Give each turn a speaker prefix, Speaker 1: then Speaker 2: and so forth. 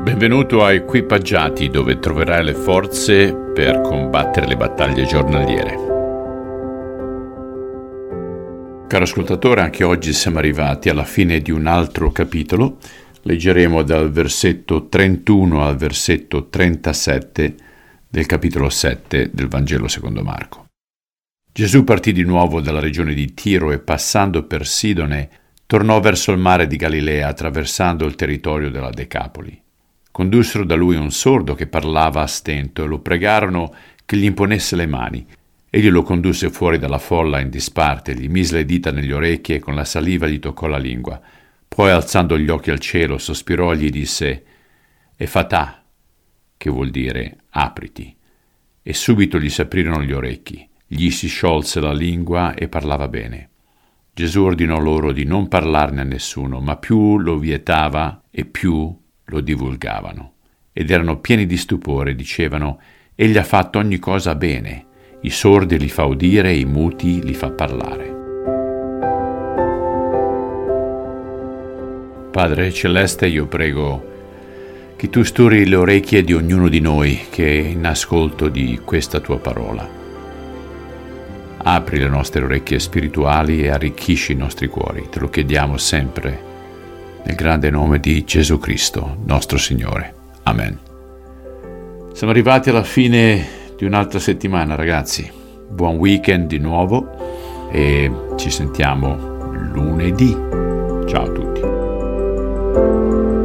Speaker 1: Benvenuto a Equipaggiati, dove troverai le forze per combattere le battaglie giornaliere. Caro ascoltatore, anche oggi siamo arrivati alla fine di un altro capitolo. Leggeremo dal versetto 31 al versetto 37 del capitolo 7 del Vangelo secondo Marco. Gesù partì di nuovo dalla regione di Tiro e, passando per Sidone, tornò verso il mare di Galilea, attraversando il territorio della Decapoli. Condussero da lui un sordo che parlava a stento e lo pregarono che gli imponesse le mani. Egli lo condusse fuori dalla folla in disparte, gli mise le dita negli orecchi e con la saliva gli toccò la lingua. Poi, alzando gli occhi al cielo, sospirò e gli disse: «Efatà», che vuol dire apriti. E subito gli si aprirono gli orecchi, gli si sciolse la lingua e parlava bene. Gesù ordinò loro di non parlarne a nessuno, ma più lo vietava e più lo divulgavano. Ed erano pieni di stupore, dicevano: «Egli ha fatto ogni cosa bene, i sordi li fa udire e i muti li fa parlare». Padre Celeste, io prego che tu sturi le orecchie di ognuno di noi che è in ascolto di questa tua parola. Apri le nostre orecchie spirituali e arricchisci i nostri cuori. Te lo chiediamo sempre nel grande nome di Gesù Cristo, nostro Signore. Amen. Siamo arrivati alla fine di un'altra settimana, ragazzi. Buon weekend di nuovo e ci sentiamo lunedì. Ciao a tutti.